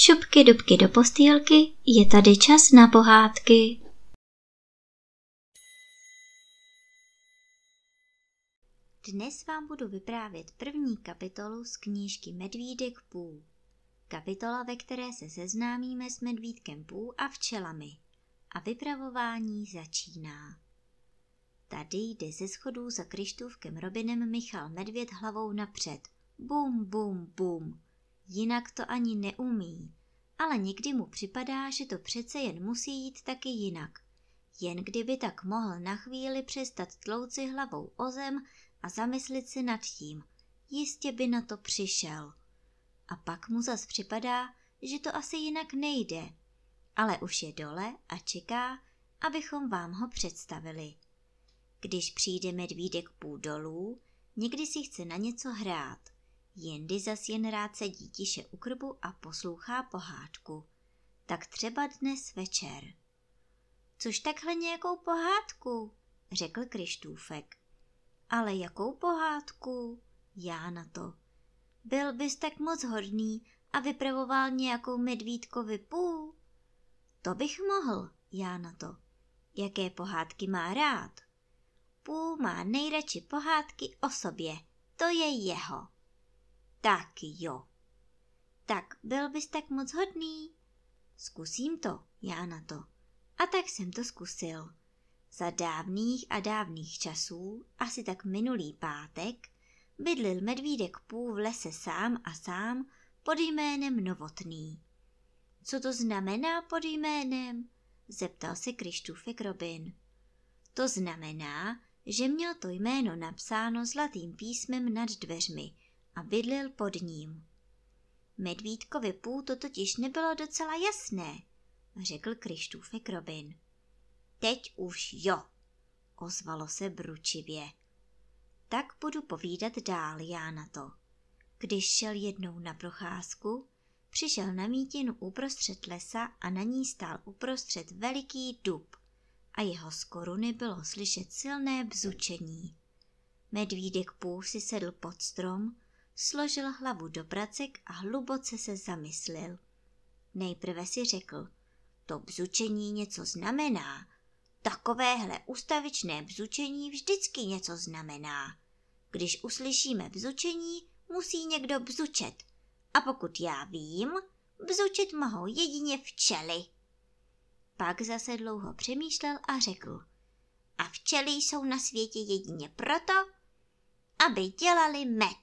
Šupky dubky do postýlky, je tady čas na pohádky. Dnes vám budu vyprávět první kapitolu z knížky Medvídek Pů. Kapitola, ve které se seznámíme s medvídkem Pů a včelami. A vypravování začíná. Tady jde ze schodů za Kryštůvkem Robinem Michal Medvěd hlavou napřed. Bum, bum, bum. Jinak to ani neumí, ale někdy mu připadá, že to přece jen musí jít taky jinak. Jen kdyby tak mohl na chvíli přestat tlouct si hlavou o zem a zamyslit se nad tím, jistě by na to přišel. A pak mu zas připadá, že to asi jinak nejde, ale už je dole a čeká, abychom vám ho představili. Když přijde medvídek Pů dolů, někdy si chce na něco hrát. Jindy zas jen rád sedí tiše u krbu a poslouchá pohádku. Tak třeba dnes večer. Což takhle nějakou pohádku, řekl Kryštůvek. Ale jakou pohádku? Já na to. Byl bys tak moc hodný a vypravoval nějakou medvídkovi Pů? To bych mohl, já na to. Jaké pohádky má rád? Pů má nejradši pohádky o sobě, to je jeho. Tak jo. Tak byl bys tak moc hodný? Zkusím to, já na to. A tak jsem to zkusil. Za dávných a dávných časů, asi tak minulý pátek, bydlil medvídek Pů v lese sám a sám pod jménem Novotný. Co to znamená pod jménem? Zeptal se Kryštůvek Robin. To znamená, že měl to jméno napsáno zlatým písmem nad dveřmi a bydlil pod ním. Medvídkovi Pů to totiž nebylo docela jasné, řekl Kryštůvek Robin. Teď už jo, ozvalo se bručivě. Tak budu povídat dál, já na to. Když šel jednou na procházku, přišel na mítinu uprostřed lesa a na ní stál uprostřed veliký dub a jeho z koruny bylo slyšet silné bzučení. Medvídek Pů si sedl pod strom, složil hlavu do pracek a hluboce se zamyslil. Nejprve si řekl, to bzučení něco znamená. Takovéhle ustavičné bzučení vždycky něco znamená. Když uslyšíme bzučení, musí někdo bzučet. A pokud já vím, bzučet mohou jedině včely. Pak zase dlouho přemýšlel a řekl, a včely jsou na světě jedině proto, aby dělali med.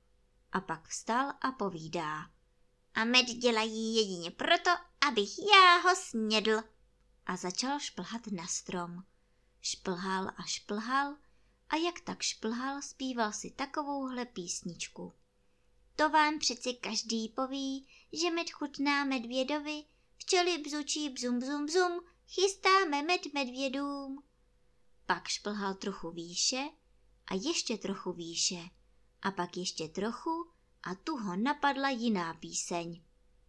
A pak vstal a povídá, a med dělají jedině proto, abych já ho snědl. A začal šplhat na strom. Šplhal a šplhal a jak tak šplhal, zpíval si takovouhle písničku. To vám přeci každý poví, že med chutná medvědovi, včely bzučí bzum bzum bzum, chystáme med medvědům. Pak šplhal trochu výše a ještě trochu výše a pak ještě trochu a tu ho napadla jiná píseň.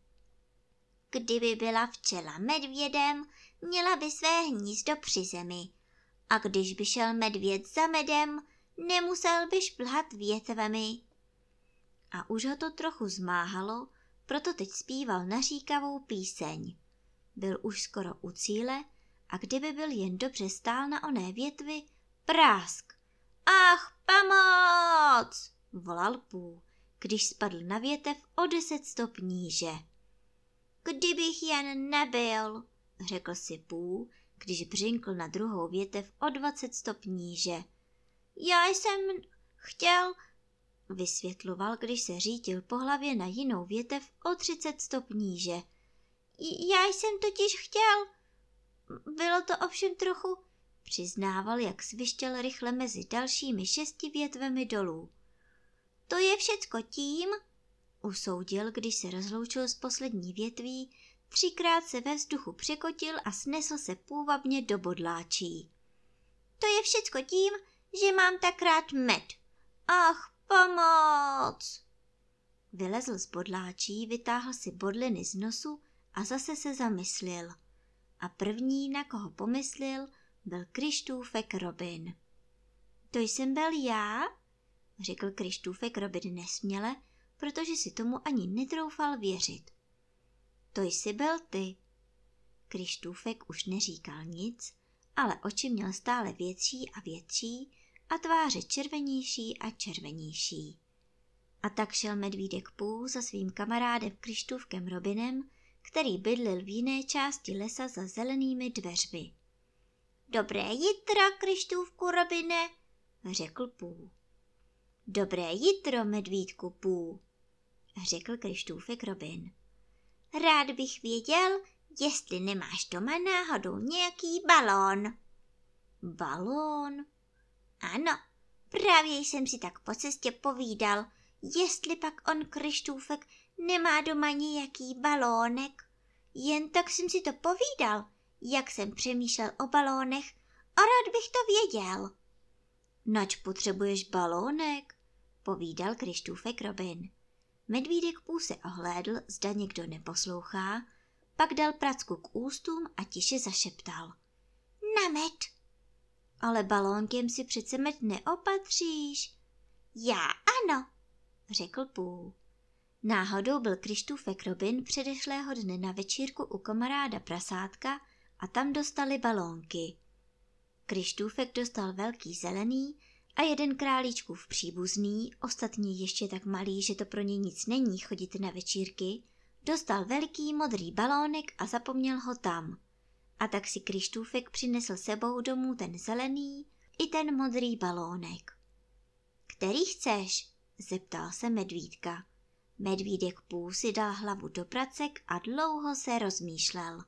Kdyby byla včela medvědem, měla by své hnízdo při zemi. A když by šel medvěd za medem, nemusel by šplhat větvemi. A už ho to trochu zmáhalo, proto teď zpíval naříkavou píseň. Byl už skoro u cíle a kdyby byl jen dobře stál na oné větvi, prásk. Ach, pomoc! Volal Pů, když spadl na větev o 10 stop níže. Kdybych jen nebyl, řekl si Pů, když břinkl na druhou větev o 20 stop níže. Já jsem chtěl, vysvětloval, když se řítil po hlavě na jinou větev o 30 stop níže. Já jsem totiž chtěl. Bylo to ovšem trochu, přiznával, jak svištěl rychle mezi dalšími 6 větvemi dolů. To je všecko tím, usoudil, když se rozloučil s poslední větví, 3krát se ve vzduchu překotil a snesl se půvabně do bodláčí. To je všecko tím, že mám tak rád med. Ach, pomoc! Vylezl z bodláčí, vytáhl si bodliny z nosu a zase se zamyslil. A první, na koho pomyslel, byl Kryštůvek Robin. To jsem byl já? Řekl Kryštůvek Robin nesměle, protože si tomu ani netroufal věřit. To jsi byl ty. Krištůfek už neříkal nic, ale oči měl stále větší a větší a tváře červenější a červenější. A tak šel medvídek Pů za svým kamarádem Krištůfkem Robinem, který bydlel v jiné části lesa za zelenými dveřmi. Dobré jitro, Krištůfku Robine, řekl Pů. Dobré jitro, medvídku Pů, řekl Krištůfek Robin. Rád bych věděl, jestli nemáš doma náhodou nějaký balón. Balón? Ano, právě jsem si tak po cestě povídal, jestli pak on Krištůfek nemá doma nějaký balónek. Jen tak jsem si to povídal, jak jsem přemýšlel o balónech a rád bych to věděl. Nač potřebuješ balónek? Povídal Krištůfek Robin. Medvídek Pů se ohlédl, zda někdo neposlouchá, pak dal pracku k ústům a tiše zašeptal. Na med. Ale balónkem si přece med neopatříš. Já ano, řekl Pů. Náhodou byl Krištůfek Robin předešlého dne na večírku u kamaráda Prasátka a tam dostali balónky. Krištůfek dostal velký zelený a jeden králíčkův příbuzný, ostatní ještě tak malý, že to pro ně nic není chodit na večírky, dostal veliký modrý balónek a zapomněl ho tam. A tak si Krištůfek přinesl sebou domů ten zelený i ten modrý balónek. Který chceš? Zeptal se medvídka. Medvídek Pů si dal hlavu do pracek a dlouho se rozmýšlel.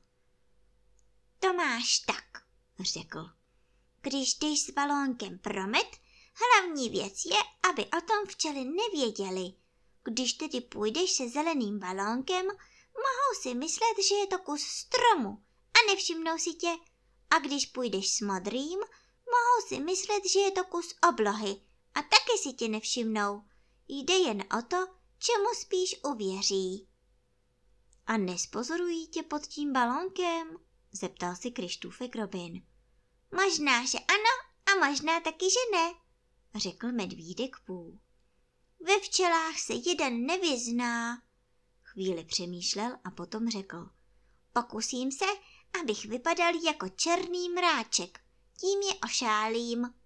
To máš tak, řekl. Když jdeš s balónkem pro med, hlavní věc je, aby o tom včely nevěděly. Když tedy půjdeš se zeleným balónkem, mohou si myslet, že je to kus stromu a nevšimnou si tě. A když půjdeš s modrým, mohou si myslet, že je to kus oblohy a taky si tě nevšimnou. Jde jen o to, čemu spíš uvěří. A nespozorují tě pod tím balónkem? Zeptal si Krištůfek Robin. Možná, že ano a možná taky, že ne, řekl medvídek Pů. Ve včelách se jeden nevyzná. Chvíli přemýšlel a potom řekl. Pokusím se, abych vypadal jako černý mráček. Tím je ošálím.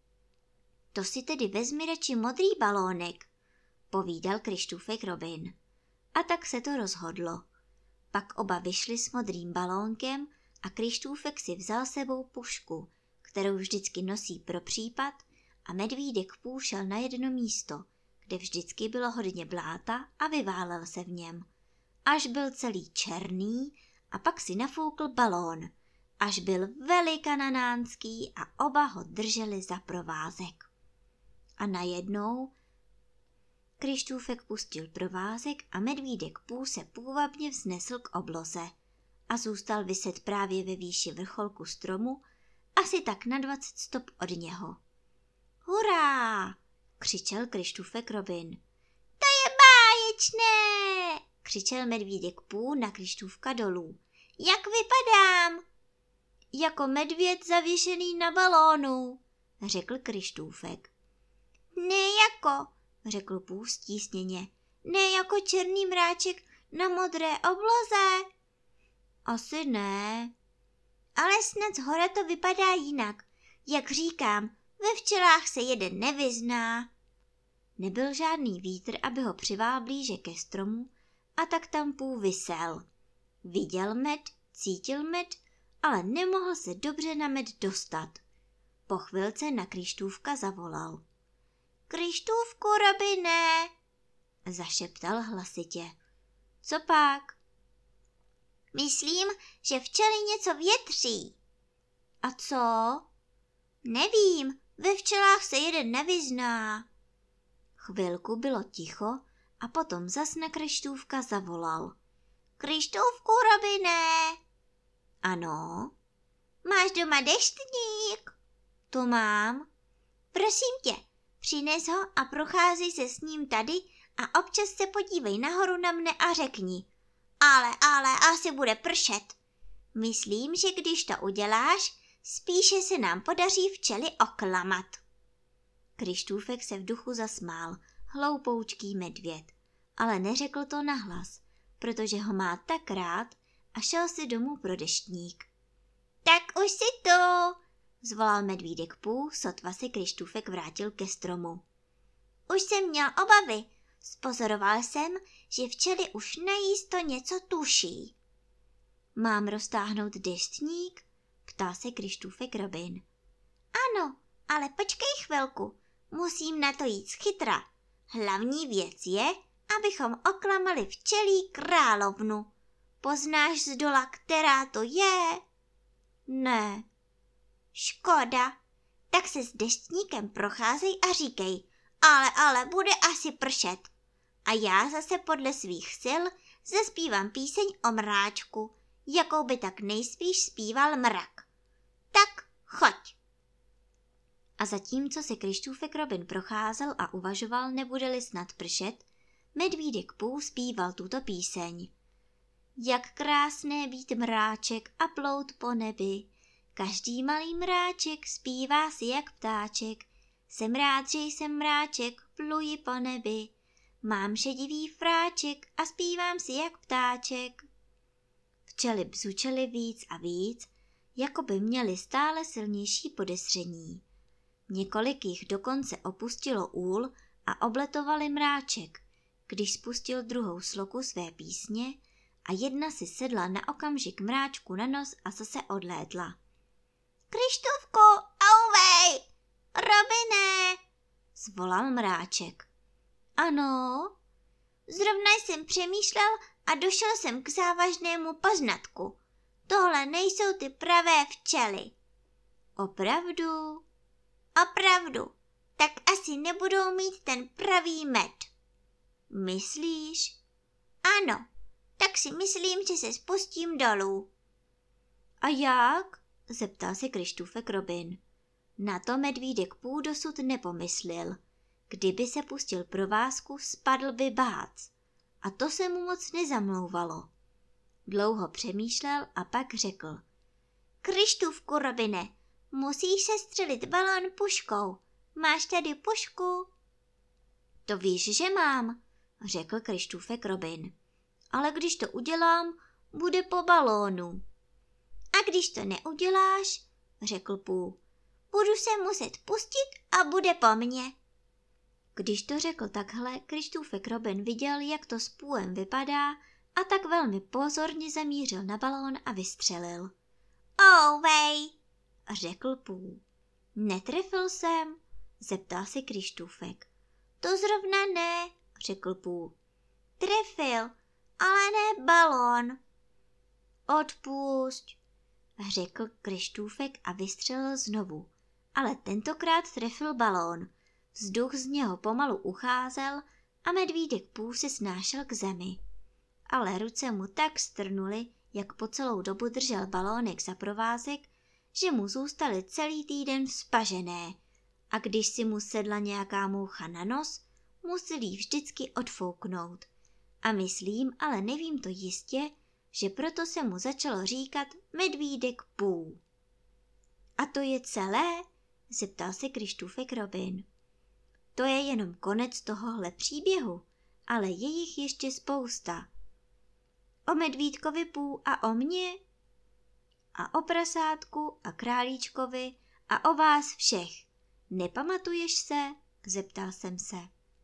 To si tedy vezmi radši modrý balónek, povídal Krištůfek Robin. A tak se to rozhodlo. Pak oba vyšli s modrým balónkem a Krištůfek si vzal sebou pušku, kterou vždycky nosí pro případ, a medvídek Pů šel na jedno místo, kde vždycky bylo hodně bláta a vyválel se v něm. Až byl celý černý a pak si nafoukl balón, až byl velikananánský a oba ho drželi za provázek. A najednou Krištůfek pustil provázek a medvídek Pů se půvabně vznesl k obloze a zůstal viset právě ve výši vrcholku stromu, asi tak na 20 stop od něho. Hurá! Křičel Krištůfek Robin. To je báječné! Křičel medvídek Pů na Krištůfka dolů. Jak vypadám? Jako medvěd zavěšený na balónu, řekl Krištůfek. Ne jako, řekl Pů stísněně. Ne jako černý mráček na modré obloze. Asi ne. Ale snad zhora to vypadá jinak. Jak říkám, ve včelách se jeden nevyzná. Nebyl žádný vítr, aby ho přivál blíže ke stromu, a tak tam Pů visel. Viděl med, cítil med, ale nemohl se dobře na med dostat. Po chvilce na Krištůfka zavolal. Krištůfku Robine, zašeptal hlasitě. Co pak? Myslím, že včely něco větří. A co? Nevím, ve včelách se jeden nevyzná. Chvilku bylo ticho a potom zas na Krištůfka zavolal. Krištůfku Robine. Ano. Máš doma deštník? To mám. Prosím tě, přines ho a procházej se s ním tady a občas se podívej nahoru na mne a řekni. Ale, asi bude pršet. Myslím, že když to uděláš, spíše se nám podaří včely oklamat. Krištůfek se v duchu zasmál, hloupoučký medvěd, ale neřekl to nahlas, protože ho má tak rád, a šel si domů pro deštník. Tak už si tu, zvolal medvídek Pů, sotva se Kryštůfek vrátil ke stromu. Už jsem měl obavy. Spozoroval jsem, že včely už najisto něco tuší. Mám roztáhnout deštník? Ptal se Kryštůfek Robin. Ano, ale počkej chvilku, musím na to jít chytra. Hlavní věc je, abychom oklamali včelí královnu. Poznáš zdola, která to je? Ne. Škoda, tak se s deštníkem procházej a říkej, ale bude asi pršet. A já zase podle svých sil zespívám píseň o mráčku, jakou by tak nejspíš zpíval mrak. Tak choď. A zatímco se Kryštůfek Robin procházel a uvažoval, nebude-li snad pršet, medvídek Pů zpíval tuto píseň. Jak krásné být mráček a plout po nebi, každý malý mráček zpívá si jak ptáček. Jsem rád, že jsem mráček, pluji po nebi, mám šedivý fráček a zpívám si jak ptáček. Včely bzučely víc a víc, jako by měly stále silnější podezření. Několik jich dokonce opustilo úl a obletovali mráček, když spustil druhou sloku své písně a jedna si sedla na okamžik mráčku na nos a zase odlétla. Kryštůvku, auvej! Robine! Zvolal mráček. Ano, zrovna jsem přemýšlel a došel jsem k závažnému poznatku. Tohle nejsou ty pravé včely. Opravdu? Opravdu, tak asi nebudou mít ten pravý med. Myslíš? Ano, tak si myslím, že se spustím dolů. A jak? Zeptal se Kryštůfek Robin. Na to medvídek Pů dosud nepomyslel. Kdyby se pustil provázku, spadl by bác. A to se mu moc nezamlouvalo. Dlouho přemýšlel a pak řekl. Kryštůvku Robine, musíš se střelit balón puškou. Máš tady pušku? To víš, že mám, řekl Kryštůfek Robin. Ale když to udělám, bude po balónu. A když to neuděláš, řekl Pů, budu se muset pustit a bude po mně. Když to řekl takhle, Kryštůfek Robin viděl, jak to s Půem vypadá, a tak velmi pozorně zamířil na balón a vystřelil. Ouvej, řekl Pů. Netrefil jsem, zeptal se Kryštůfek. To zrovna ne, řekl Pů. Trefil, ale ne balón. Odpusť, řekl Kryštůfek a vystřelil znovu, ale tentokrát trefil balón. Vzduch z něho pomalu ucházel a medvídek Pů se snášel k zemi. Ale ruce mu tak strnuly, jak po celou dobu držel balónek za provázek, že mu zůstaly celý týden vzpažené a když si mu sedla nějaká moucha na nos, musel jí vždycky odfouknout. A myslím, ale nevím to jistě, že proto se mu začalo říkat medvídek Pů. A to je celé? Zeptal se Kryštůfek Robin. To je jenom konec tohohle příběhu, ale je jich ještě spousta. O medvídkovi Pů a o mně? A o prasátku a králíčkovi a o vás všech. Nepamatuješ se? Zeptal jsem se.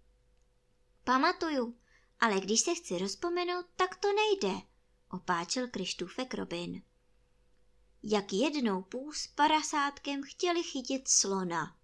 Pamatuju, ale když se chci rozpomenout, tak to nejde, opáčil Kryštůfek Robin. Jak jednou Pů s prasátkem chtěli chytit slona.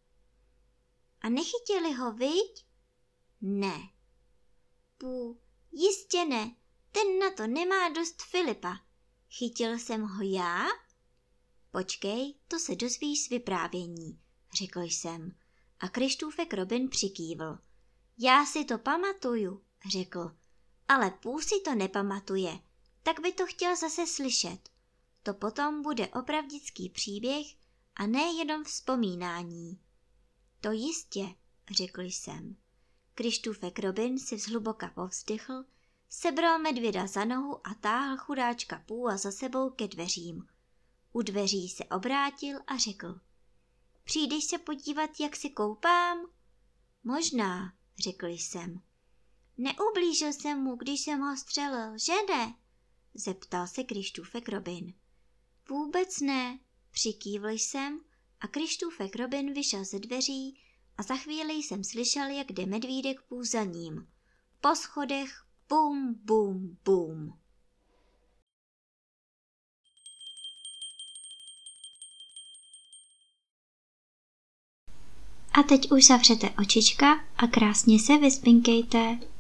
A nechytili ho, viď? Ne. Pů, jistě ne, ten na to nemá dost Filipa. Chytil jsem ho já? Počkej, to se dozvíš z vyprávění, řekl jsem. A Kryštůfek Robin přikývl. Já si to pamatuju, řekl, ale Pů si to nepamatuje, tak by to chtěl zase slyšet. To potom bude opravdický příběh a ne jenom vzpomínání. To jistě, řekl jsem. Kryštůfek Robin si zhluboka povzdychl, sebral medvěda za nohu a táhl chudáčka Půa za sebou ke dveřím. U dveří se obrátil a řekl. Přijdeš se podívat, jak se koupám? Možná, řekl jsem. Neublížil jsem mu, když jsem ho střelil, že ne? Zeptal se Krištůfek Robin. Vůbec ne, přikývl jsem a Krištůfek Robin vyšel ze dveří a za chvíli jsem slyšel, jak jde medvídek Pů za ním. Po schodech bum, bum, bum. A teď už zavřete očička a krásně se vyspinkejte.